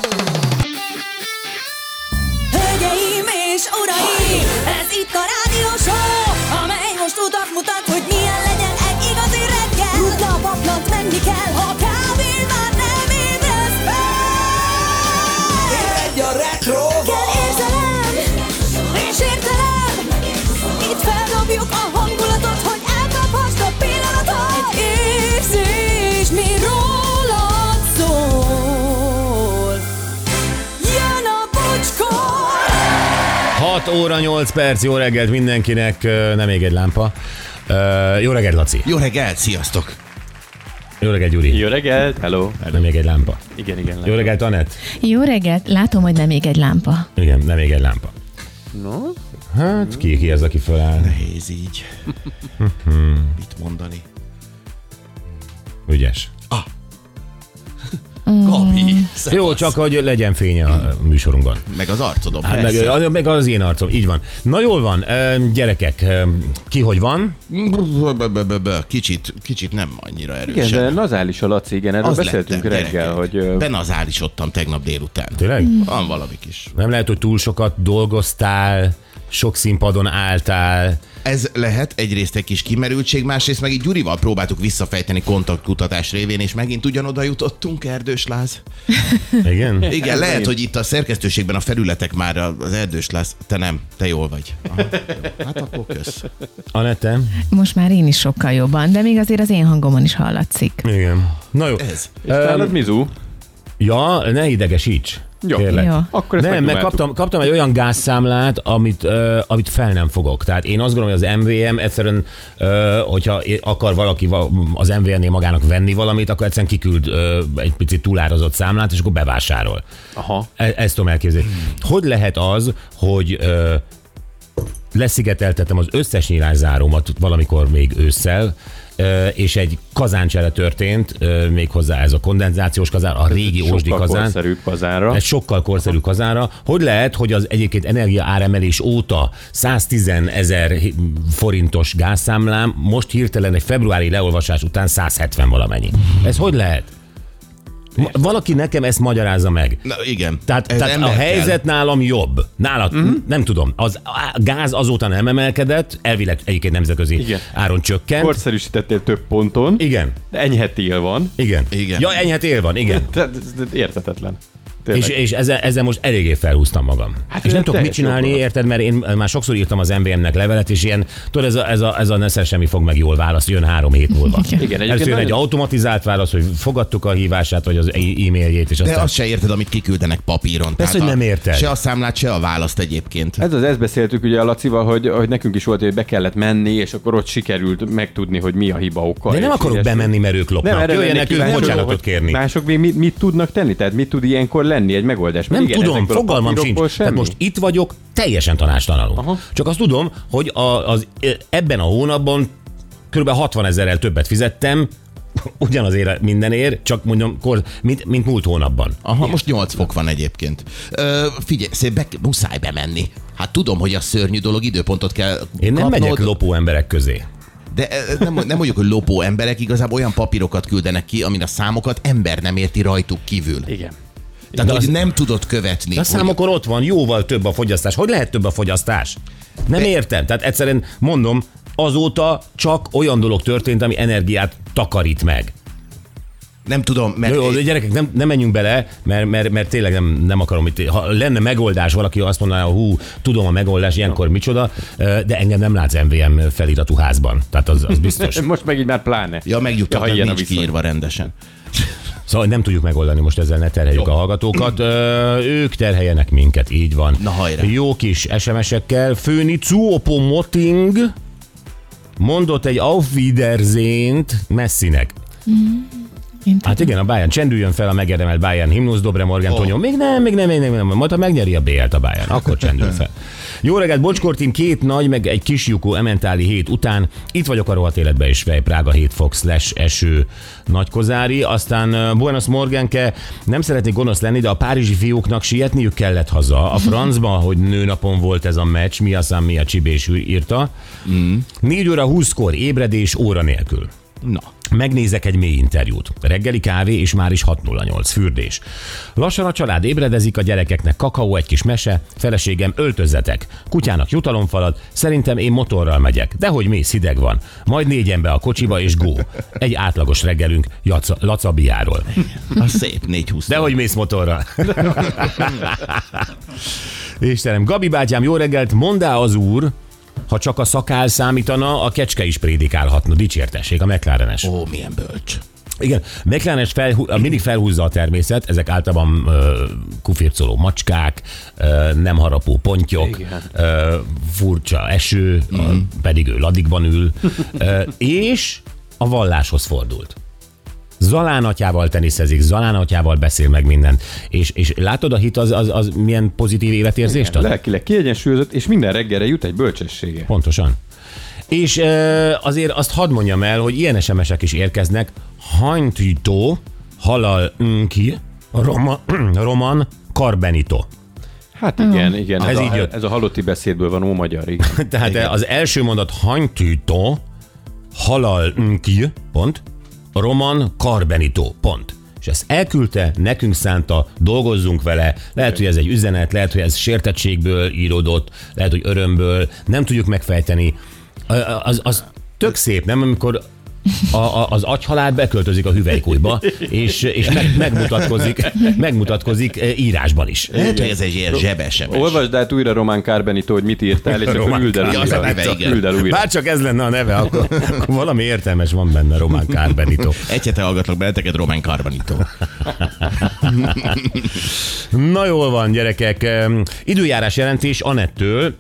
Hölgyeim és uraim, ez itt a rádió show, amely most utat mutat, hogy milyen legyen egy igazi reggel. Rutna a paplant, menni kell, ha kávén már nem ébresz fel. Egy a retro. Kell érzelem és értelem, itt feldobjuk a hangulatot, hogy elkaphast a pillanatot. Egy érzés, mi rólad szól. Jön a Bocskor! 6 óra 8 perc, jó reggelt mindenkinek, nem ég egy lámpa. Jó reggelt, Laci. Jó reggelt, sziasztok! Jó reggelt, Gyuri. Jó reggelt, hello. Nem ég egy lámpa. Igen. Jó reggelt, Anett. Jó reggelt, látom, hogy nem ég egy lámpa. Igen, nem ég egy lámpa. No? Hát, ki az, aki föláll? Nehéz így. Mit mondani? Ügyes. Gabi, Jó, csak hogy legyen fény a műsorunkban. meg az arcodon. Hát, meg az én arcom, így van. Na jól van, gyerekek, ki hogy van? Kicsit nem annyira Igen, erősen. de nazális a Laci, igen, erről Az beszéltünk lettem, reggel, gyerekek. hogy... Benazálisodtam tegnap délután. Tényleg? Van valami kis. Nem lehet, hogy túl sokat dolgoztál, sok színpadon álltál. Ez lehet egyrészt egy kis kimerültség, másrészt meg így Gyurival próbáltuk visszafejteni kontaktkutatás révén, és megint ugyanoda jutottunk, Erdős Láz. Igen? Igen, lehet, hogy itt a szerkesztőségben a felületek már az Erdős Láz. Te nem, te jól vagy. Aha. Hát akkor kösz. Anette? Most már én is sokkal jobban, de még azért az én hangomon is hallatszik. Igen. Na jó. Ez. És nálad Mizu? Ja, ne idegesíts. Jó. Kérlek. Jó. Akkor ezt Nem, meg megdumáltuk. kaptam egy olyan gázszámlát, amit fel nem fogok. Tehát én azt gondolom, hogy az MVM egyszerűen, hogyha akar valaki az MVM-nél magának venni valamit, akkor egyszerűen kiküld egy picit túlárazott számlát, és akkor bevásárol. Aha. Ezt tudom elképzelni. Hogy lehet az, hogy leszigeteltettem az összes nyílászárómat valamikor még ősszel, és egy kazáncsere történt, méghozzá ez a kondenzációs kazán, a régi ósdi Sokkal kazán. korszerűbb kazánra. Egy sokkal korszerű kazánra. Hogy lehet, hogy az egyébként energia áremelés óta 110 000 forintos gázszámlám most hirtelen egy februári leolvasás után 170 valamennyi? Ez hogy lehet? Valaki nekem ezt magyarázza meg. Na igen. Tehát Ez a ember helyzet nálam jobb. Nálad nem tudom. A gáz azóta nem emelkedett, elvileg egyébként nemzetközi Igen. áron csökkent. Korszerűsítettél több ponton, Igen, de enyhe tél van. igen. Igen. Ja, enyhe tél van, igen. Tehát ez érthetetlen. Tényleg. És ezzel most eléggé felhúztam magam. Hát És nem ez tudok mit teljesen csinálni, joggal. érted, mert én már sokszor írtam az MVM-nek levelet, és ilyen, tudod, ez a neszer semmi fog meg jól válasz, jön 3 hét múlva. Igen, egyébként Először jön egy nagyon- automatizált válasz, hogy fogadtuk a hívását, vagy az e-mailjét, és De aztán... azt se érted, amit kiküldenek papíron. Persze, Tehát hogy nem érted. Se a számlát, se a választ egyébként. Ezt beszéltük ugye a Lacival, hogy nekünk is volt, hogy be kellett menni, és akkor ott sikerült megtudni, hogy mi a hiba oka. De én nem és akarok ilyesmi. bemenni, mert ők lopnak. erre Jöjjenek lennék ők kíváncsi, bocsánatot hogy kérni. Mások még mit tudnak tenni? Tehát mit tud ilyenkor lenni egy megoldás? Mert Nem igen, tudom, ezekből a fogalmam sincs. papírokból Tehát semmi. most itt vagyok, teljesen tanástalanul. Aha. Csak azt tudom, hogy ebben a hónapban kb. 60 000-rel többet fizettem, ugyanazért mindenért, csak mondjam, mint múlt hónapban. Aha, most 8 fok van egyébként. Figyelj, muszáj bemenni. Hát tudom, hogy a szörnyű dolog, időpontot kell Én nem kapnod, megyek lopó emberek közé. De nem mondjuk, hogy lopó emberek, igazából olyan papírokat küldenek ki, amin a számokat ember nem érti rajtuk kívül. Igen. Tehát, De hogy az- nem tudod követni. A hogy- számokon ott van, jóval több a fogyasztás. Hogy lehet több a fogyasztás? Nem értem. Tehát egyszerűen mondom, azóta csak olyan dolog történt, ami energiát takarít meg. Nem tudom, mert... Jó, de gyerekek, nem menjünk bele, mert tényleg nem akarom itt. Ha lenne megoldás, valaki azt mondaná, hogy tudom a megoldás, ilyenkor micsoda, de engem nem látsz MVM feliratú házban. Tehát az biztos. Most meg így már pláne. Ja, megnyugtatnak, ha ilyen a nincs viszony. kiírva rendesen. Szóval nem tudjuk megoldani, most ezzel ne terheljük a hallgatókat. Ők terheljenek minket, így van. Na, hajrá. Jó kis SMS-ekkel. Főni Cuopo-Moting mondott egy Auf Wiedersehnt Messinek. Hát igen, a Bayern. Csendüljön fel a megérdemelt Bayern himnusz, Dobre Morgan Tonyó. Még nem. Majd ha megnyeri a BL-t a Bayern, akkor csendül fel. Jó reggelt, Bocskor Team, 2 nagy, meg egy kislyukú ementáli hét után. Itt vagyok a rohadt életben is, Fej, Prága 7 fok / eső Nagykozári. Aztán Buenos Morganke, nem szeretnék gonosz lenni, de a párizsi fiúknak sietniük kellett haza. A francba, hogy nőnapon volt ez a meccs, mi a Csibés írta. 4 óra 20-kor ébredés óra nélkül. Na. Megnézek egy mély interjút. Reggeli kávé és már is 6:08 fürdés. Lassan a család ébredezik, a gyerekeknek kakaó, egy kis mese, feleségem öltözzetek. Kutyának jutalomfalat, szerintem én motorral megyek. Dehogy mész, hideg van. Majd 4-en be a kocsiba és go. Egy átlagos reggelünk Lacabiáról. A szép 4:20. Dehogy mész motorral. Istenem, Gabi bátyám, jó reggelt, mondd el az úr, ha csak a szakál számítana, a kecske is prédikálhatna. Dicsértessék, a McLarenes. Ó, milyen bölcs. Igen, McLarenes mindig felhúzza a természet, ezek általában kufircoló macskák, nem harapó pontyok, furcsa eső, pedig ő ladikban ül, és a valláshoz fordult. Zalán atyával teniszezik, Zalán atyával beszél meg mindent. És látod, a hit az milyen pozitív életérzést ad? Lelkileg kiegyensúlyozott, és minden reggelre jut egy bölcsessége. Pontosan. És azért azt hadd mondjam el, hogy ilyen SMS-ek is érkeznek. Hanytító, halal ki, roman, karbenito. Hát igen. Ez a halotti beszédből van magyar, igen. Tehát igen. Az első mondat hanytító, halal ki, pont, roman, karbenito, pont. És ezt elküldte, nekünk szánta, dolgozzunk vele, lehet, hogy ez egy üzenet, lehet, hogy ez sértettségből íródott, lehet, hogy örömből, nem tudjuk megfejteni. Az tök szép, nem? Amikor az agyhalál beköltözik a hüvelykújba, és megmutatkozik írásban is. Lehet, hogy ez egy ilyen zsebesemes. Olvasd át újra Román Carbenito, hogy mit írtál, és akkor üld el újra. Bár csak ez lenne a neve, akkor valami értelmes van benne, Román Carbenito. Egy hete hallgatlak benneteket, Román Carbenito. Na jól van, gyerekek. Időjárás jelentés Anettől,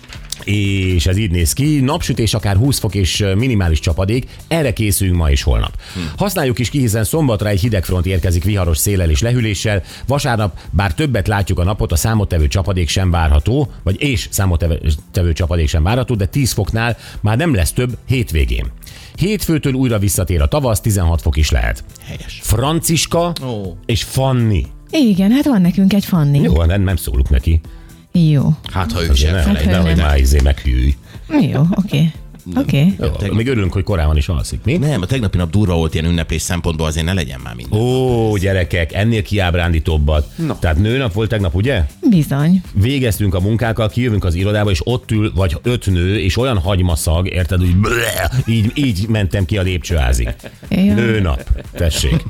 és ez így néz ki, napsütés, akár 20 fok és minimális csapadék, erre készülünk ma és holnap. Használjuk is ki, hiszen szombatra egy hidegfront érkezik viharos széllel és lehűléssel, vasárnap bár többet látjuk a napot, a számottevő csapadék sem várható, és számottevő csapadék sem várható, de 10 foknál már nem lesz több hétvégén. Hétfőtől újra visszatér a tavasz, 16 fok is lehet. Helyes. Franciska és Fanni. Igen, hát van nekünk egy Fanni. Jó, nem szólunk neki. Jó. Hát, ha ő sem Nem, felejt. nehogy már meghűj. Jó, oké. Oké. Még örülünk, hogy korán is alszik, mi? Nem, a tegnapi nap durva volt ilyen ünneplés szempontból, azért ne legyen már minden. Ó, gyerekek, ennél kiábrándítóbbat. No. Tehát nőnap volt tegnap, ugye? Bizony. Végeztünk a munkákkal, kijövünk az irodába, és ott ül, vagy 5 nő, és olyan hagymaszag, érted, hogy így mentem ki a lépcsőházig. Nőnap, tessék.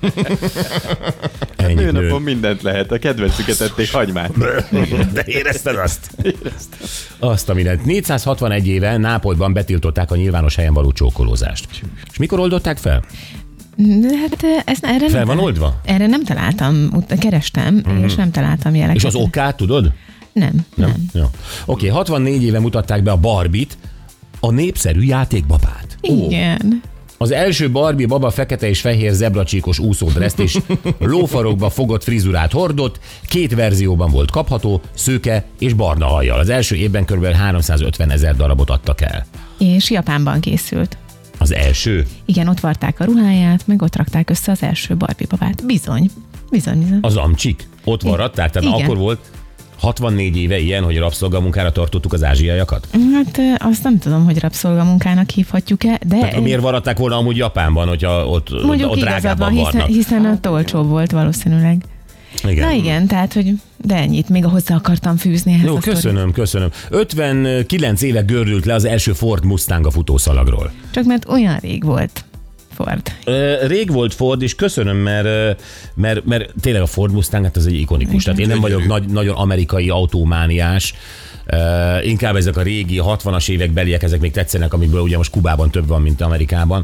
Nőnapon mindent lehet, a kedvencüket ették hagymát. De érezted azt? Azt a mindent. 461 éve Nápolyban betiltották a nyilvános helyen való csókolózást. És mikor oldották fel? Hát ezt erre Fel van oldva? Erre nem találtam, kerestem, és nem találtam jeleket. És az okát tudod? Nem. Jó. Oké, 64 éve mutatták be a Barbie-t, a népszerű játékbabát. Igen. Az első Barbie baba fekete és fehér zebracsíkos úszódreszt és lófarokba fogott frizurát hordott, 2 verzióban volt kapható, szőke és barna hajjal. Az első évben kb. 350 000 darabot adtak el. És Japánban készült. Az első? Igen, ott varták a ruháját, meg ott rakták össze az első Barbie babát. Bizony. Az amcsik? Ott varratták? Tehát igen. Akkor volt 64 éve ilyen, hogy rabszolgamunkára tartottuk az ázsiaiakat? Hát azt nem tudom, hogy rabszolgamunkának hívhatjuk-e, de... Tehát miért varratták volna amúgy Japánban, hogyha ott drágábban varnak? Hiszen ott olcsóbb volt valószínűleg. Igen. Na igen, tehát, hogy de ennyit még hozzá akartam fűzni ehhez. Jó, köszönöm. 59 éve gördült le az első Ford Mustang a futószalagról. Csak mert olyan rég volt Ford. Rég volt Ford, és köszönöm, mert tényleg a Ford Mustang, hát az egy ikonikus. Tehát én nem vagyok nagyon amerikai autómániás, inkább ezek a régi 60-as évek beliek, ezek még tetszenek, amikből ugye most Kubában több van, mint Amerikában,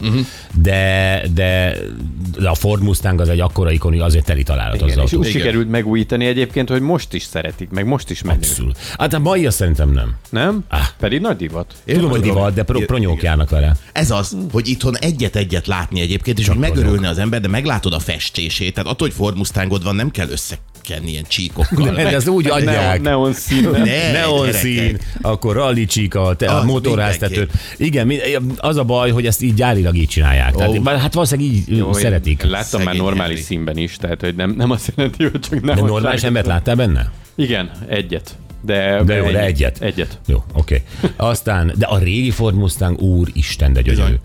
de a Ford Mustang az egy akkora ikoni, azért teli találat az autó. És úgy sikerült megújítani egyébként, hogy most is szeretik, meg most is menő. Abszolút. Hát a mai azt szerintem nem. Nem? Pedig nagy divat. Tudom, hogy divat, de pronyók járnak vele. Ez az, hogy itthon egyet-egyet látni egyébként, és hogy megörülne az ember, de meglátod a festését. Tehát attól, hogy Ford Mustangod van, nem kell összekenni ilyen csíkokkal. De ez úgy adják. Neon szín. Neon szín, akkor rally csíka, a motorháztető. Igen, az a baj, hogy ezt így gyárilag így csinálják. Tehát, hát valószínűleg így szeretik. Láttam már normális színben is, tehát hogy nem azt jelenti, hogy csak nem. De normális embert láttál benne? Igen, egyet. De jó, de egyet. Egyet. Jó, oké. Aztán, de a régi Ford Mustang, úristen, de gyönyörű.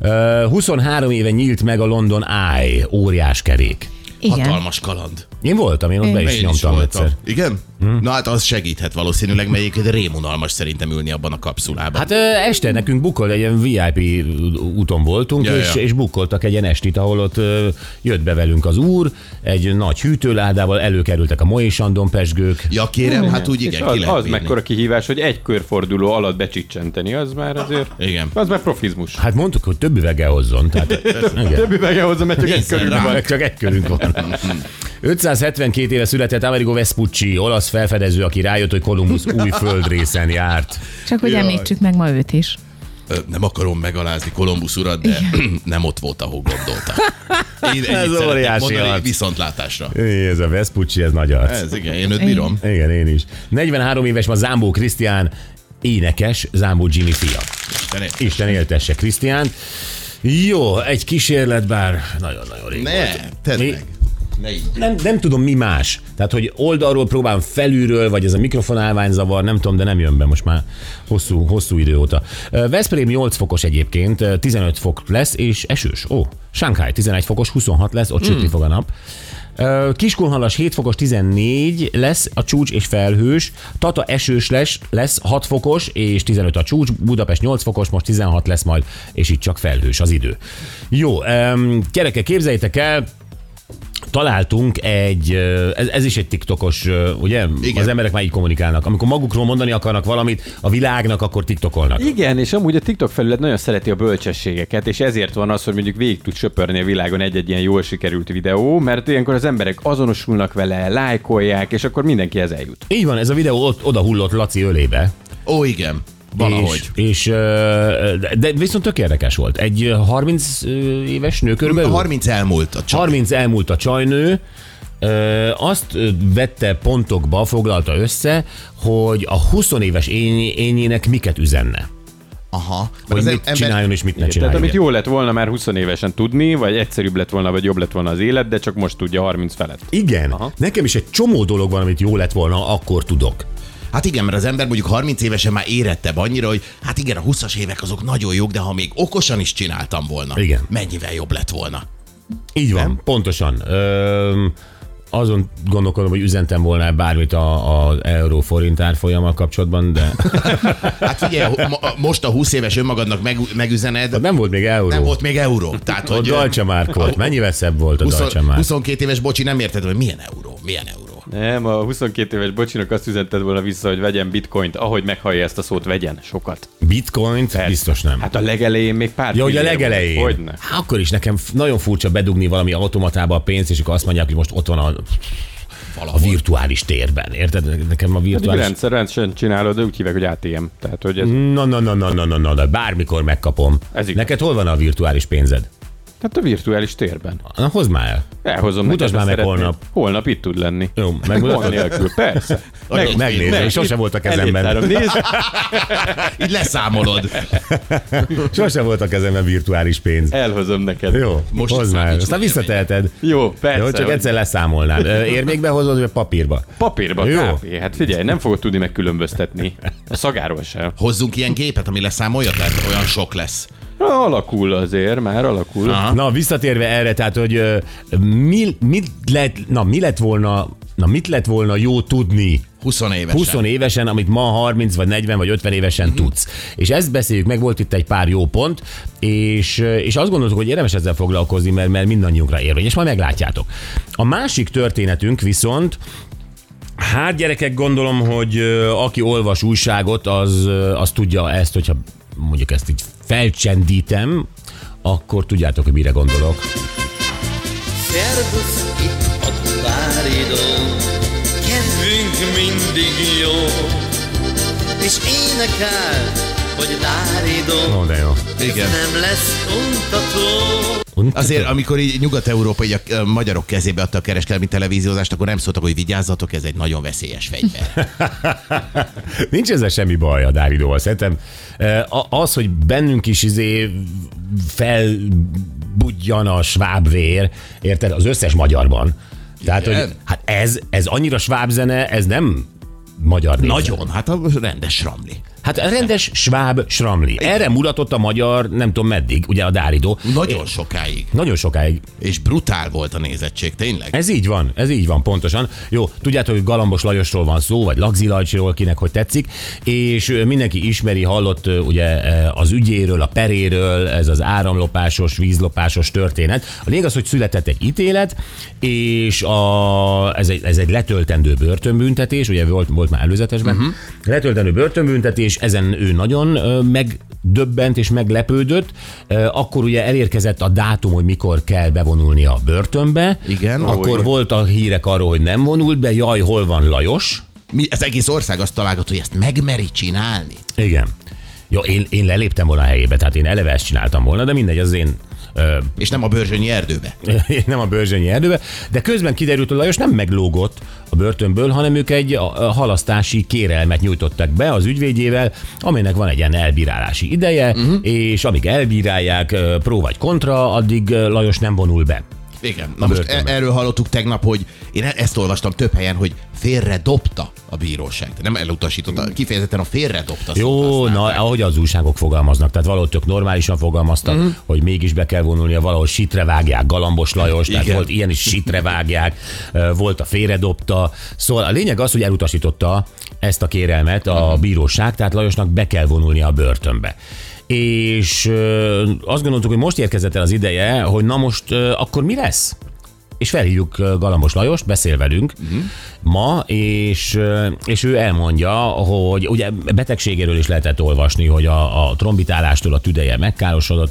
23 éve nyílt meg a London Eye, óriás kerék. Igen. Hatalmas kaland. Én voltam, én ott be is Én is nyomtam voltam. egyszer. Igen? Na hát az segíthet valószínűleg, mert egyébként rémunalmas szerintem ülni abban a kapszulában. Hát este nekünk bukkolt, egy ilyen VIP úton voltunk, Ja, ja. és bukkoltak egy ilyen estit, ahol ott jött be velünk az úr, egy nagy hűtőládával, előkerültek a Moé Sandon pezsgők. Ja kérem, hát úgy igen, És ki lehet az bírni. mekkora kihívás, hogy egy körforduló alatt becsicsenteni, az már azért... Igen. Az már profizmus. Hát mondtuk, hogy több üveggel hozzon. Tehát, igen. Többi meg hozzá, mert csak egy Nézzen körül rá. van. Csak egy körünk van. 572 éve született Amerigo Vespucci, olasz felfedező, aki rájött, hogy Kolumbusz új földrészen járt. Csak hogy említsük meg ma őt is. Nem akarom megalázni Kolumbusz urat, de nem ott volt, ahol gondolta. Én Ez ennyit szeretnék óriási mondani, arc. viszontlátásra. Ez a Vespucci, ez nagy arc. Ez igen, én őt bírom. Igen, én is. 43 éves ma Zámbó Krisztián, énekes, Zámbó Jimmy fia. Isten éltesse Krisztiánt. Jó, egy kísérlet, bár nagyon-nagyon rég Ne, volt. tedd Mi- meg. Ne így. Nem tudom, mi más. Tehát, hogy oldalról próbálom felülről, vagy ez a mikrofonálványzavar, nem tudom, de nem jön be most már hosszú idő óta. Veszprém 8 fokos egyébként, 15 fok lesz, és esős. Shanghai 11 fokos, 26 lesz, ott sütni fog a nap. Kiskunhalas 7 fokos, 14 lesz a csúcs és felhős. Tata esős lesz 6 fokos és 15 a csúcs. Budapest 8 fokos, most 16 lesz majd, és itt csak felhős az idő. Jó, gyerekek, képzeljétek el, találtunk ez is egy TikTokos, ugye? Igen. Az emberek már így kommunikálnak. Amikor magukról mondani akarnak valamit a világnak, akkor TikTokolnak. Igen, és amúgy a TikTok felület nagyon szereti a bölcsességeket, és ezért van az, hogy mondjuk végig tud söpörni a világon egy-egy ilyen jól sikerült videó, mert ilyenkor az emberek azonosulnak vele, lájkolják, és akkor mindenkihez eljut. Így van, ez a videó oda hullott Laci ölébe. Ó, igen. Valahogy. De viszont tök érdekes volt. Egy 30 éves nő körülbelül. 30 elmúlt a csaj. 30 elmúlt a csajnő, azt vette pontokba, foglalta össze, hogy a 20 éves ényének miket üzenne. Aha. Hogy mit csináljon és mit ne Tehát csináljon. amit jó lett volna már 20 évesen tudni, vagy egyszerűbb lett volna, vagy jobb lett volna az élet, de csak most tudja 30 felett. Igen, Aha. nekem is egy csomó dolog van, amit jó lett volna, akkor tudok. Hát igen, mert az ember mondjuk 30 évesen már érettebb annyira, hogy hát igen, a 20-as évek azok nagyon jók, de ha még okosan is csináltam volna, Igen. mennyivel jobb lett volna. Így van, pontosan. Azon gondolkodom, hogy üzentem volna bármit az euró-forint árfolyammal kapcsolatban, de Hát figyelj, most a 20 éves önmagadnak megüzened, nem volt még euró. nem volt még euró. Tehát, Ott hogy Deutsche Mark volt. Mennyivel szebb volt a Deutsche Mark? 22 éves bocsi, nem érted, hogy milyen euró, milyen euró. Nem, a 22 éves bocsinak azt üzented volna vissza, hogy vegyen bitcoint, ahogy meghallja ezt a szót, vegyen sokat. Bitcoint? Persze. Biztos nem. Hát a legelején még pár Ja, hogy a fillér legelején. volt. Hogyne. Hát akkor is nekem nagyon furcsa bedugni valami automatába a pénzt, és akkor azt mondják, hogy most ott van a virtuális térben. Érted? Nekem a Hát így virtuális... rendszeresen csinálod, de úgy hívják, hogy ATM. Tehát, hogy ez, Na, de bármikor megkapom. Ez igaz. Neked hol van a virtuális pénzed? hát a virtuális térben. Na, hozd már el. Elhozom Mutasd neked, már meg ha szeretnéd. holnap. Holnap itt tud lenni. Jó, Gond megmutatod? nélkül, persze. Megnézem, sose volt a kezemben. Nézd, Így leszámolod. Sose volt a kezemben virtuális pénz. elhozom neked. Jó, Most hozd már. számíts, Aztán hogy visszateheted. Jó, persze. Jó, csak hogy- egyszer leszámolnád. Érmékbe hozod, vagy papírba? Papírba, Jó. kb. Hát figyelj, nem fogod tudni megkülönböztetni. A szagáról sem. Hozzunk ilyen gépet, ami leszámolja, tehát olyan sok lesz. Na, alakul azért, már alakul. Aha. Na, visszatérve erre, tehát, hogy mit lett volna jó tudni 20 évesen. 20 évesen, amit ma 30 vagy 40 vagy 50 évesen tudsz. És ezt beszéljük meg, volt itt egy pár jó pont, és azt gondoltuk, hogy érdemes ezzel foglalkozni, mert mindannyiunkra érvényes, majd meglátjátok. A másik történetünk viszont, hát gyerekek, gondolom, hogy aki olvas újságot, az tudja ezt, hogyha mondjuk ezt így felcsendítem, akkor tudjátok, hogy mire gondolok. Szervusz, itt a Dáridó, kedvünk mindig jó, és énekel, hogy Dáridó, Ó, de jó. Igen. nem lesz untató. Azért, amikor így nyugat-európai magyarok kezébe adta a kereskedelmi televíziózást, akkor nem szóltak, hogy vigyázzatok, ez egy nagyon veszélyes fegyver. Nincs ezzel semmi baj a Dáridóval. Szerintem az, hogy bennünk is felbudjan a sváb vér, érted, az összes magyarban. Tehát, Igen. hogy hát ez annyira sváb zene, ez nem magyar népzet. Nagyon, hát a rendes sramli. Hát a rendes sváb sramli. Erre mutatott a magyar, nem tudom meddig, ugye a Dáridó. Nagyon sokáig. Nagyon sokáig. És brutál volt a nézettség, tényleg. Ez így van, pontosan. Jó, tudjátok, hogy Galambos Lajosról van szó, vagy Lagzi Lajcsiról, kinek hogy tetszik, és mindenki ismeri, hallott ugye az ügyéről, a peréről, ez az áramlopásos, vízlopásos történet. A lényeg az, hogy született egy ítélet, és ez egy letöltendő börtönbüntetés, ugye volt már előzetesben, letöltendő börtönbüntetés, ezen ő nagyon megdöbbent és meglepődött. Akkor ugye elérkezett a dátum, hogy mikor kell bevonulni a börtönbe. Igen. Akkor volt a hírek arról, hogy nem vonult be, jaj, hol van Lajos? Az egész ország azt találgat, hogy ezt megmeri csinálni. Igen. Jó, én leléptem volna a helyébe, tehát én eleve ezt csináltam volna, de mindegy, az én... És nem a Börzsönyi erdőbe. Nem a Börzsönyi erdőbe, de közben kiderült, hogy Lajos nem meglógott a börtönből, hanem ők egy halasztási kérelmet nyújtottak be az ügyvédjével, aminek van egy ilyen elbírálási ideje, és amíg elbírálják pró vagy kontra, addig Lajos nem vonul be. Igen. Na most erről hallottuk tegnap, hogy én ezt olvastam több helyen, hogy félre dobta a bíróság. Nem elutasította, kifejezetten a félre dobta. Jó, na, ahogy az újságok fogalmaznak, tehát valahogy tök normálisan fogalmaztak, hogy mégis be kell vonulnia, valahol sitre vágják Galambos Lajos, tehát volt ilyen is, sitre vágják, volt a félre dobta. Szóval a lényeg az, hogy elutasította ezt a kérelmet a bíróság, tehát Lajosnak be kell vonulnia a börtönbe. És azt gondoltuk, hogy most érkezett el az ideje, hogy na most akkor mi lesz? És felhívjuk Galambos Lajost, beszél velünk ma, és ő elmondja, hogy ugye betegségéről is lehetett olvasni, hogy a trombitálástól a tüdeje megkárosodott,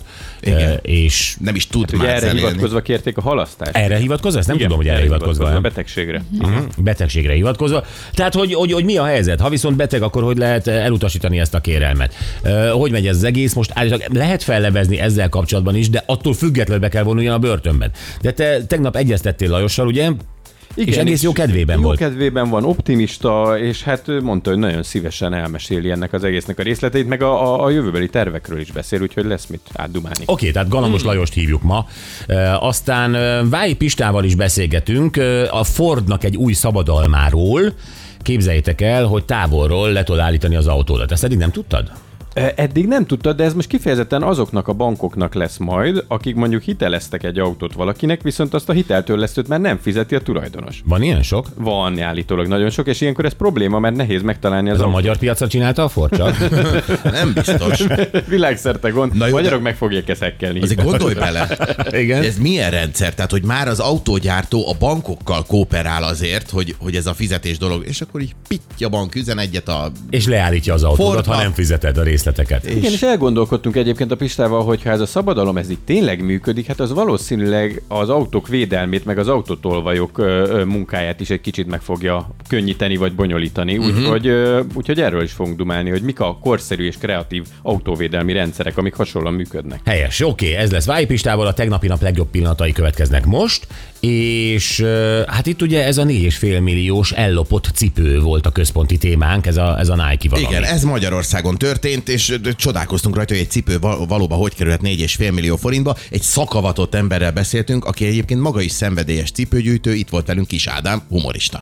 és nem is tud hát, már erre hivatkozva kérték a halasztást. Erre hivatkozva? Ezt nem tudom, hogy erre hivatkozva. A betegségre. Betegségre hivatkozva. Tehát, hogy mi a helyzet? Ha viszont beteg, akkor hogy lehet elutasítani ezt a kérelmet? Hogy megy ez az egész? Most állítólag lehet fellebezni ezzel kapcsolatban is, de attól függetlenül be kell vonuljon a börtönben. De te tegnap egyeztettél Lajossal, ugye? Igen, és egész jó kedvében volt. Jó kedvében van, optimista, és hát mondta, hogy nagyon szívesen elmeséli ennek az egésznek a részleteit, meg a jövőbeli tervekről is beszél, úgyhogy lesz mit átdumálni. Oké, tehát Galambos Lajost hívjuk ma. Aztán Vályi Pistával is beszélgetünk a Fordnak egy új szabadalmáról. Képzeljétek el, hogy távolról le tudod állítani az autódat. Ezt eddig nem tudtad? Eddig nem tudtad, de ez most kifejezetten azoknak a bankoknak lesz majd, akik mondjuk hiteleztek egy autót valakinek, viszont azt a hiteltörlesztőt már nem fizeti a tulajdonos. Van ilyen sok? Van állítólag nagyon sok, és ilyenkor ez probléma, mert nehéz megtalálni az autót. A magyar piacra csinálta a Ford csak? Nem biztos. Világszerte gond. Magyarok meg fogják ezt hekkelni. Azért gondolj bele. Igen. Ez milyen rendszer? Tehát, hogy már az autógyártó a bankokkal kooperál azért, hogy ez a fizetés dolog, és akkor így pitty a bank üzen egyet és leállítja az autódat, ha nem fizeted a részleteket. Igen, és elgondolkodtunk egyébként a Pistával, hogy ha ez a szabadalom ez így tényleg működik, hát az valószínűleg az autók védelmét, meg az autótolvajok munkáját is egy kicsit meg fogja könnyíteni, vagy bonyolítani. Úgyhogy erről is fogunk dumálni, hogy mik a korszerű és kreatív autóvédelmi rendszerek, amik hasonlóan működnek. Helyes, oké, ez lesz Vályi Pistával, a tegnapi nap legjobb pillanatai következnek most, és hát itt ugye ez a 4,5 milliós ellopott cipő volt a központi témánk, ez a Nike valami. Igen, ez Magyarországon történt, és csodálkoztunk rajta, hogy egy cipő valóban hogy kerülhet 4,5 millió forintba. Egy szakavatott emberrel beszéltünk, aki egyébként maga is szenvedélyes cipőgyűjtő, itt volt velünk Kis Ádám, humorista.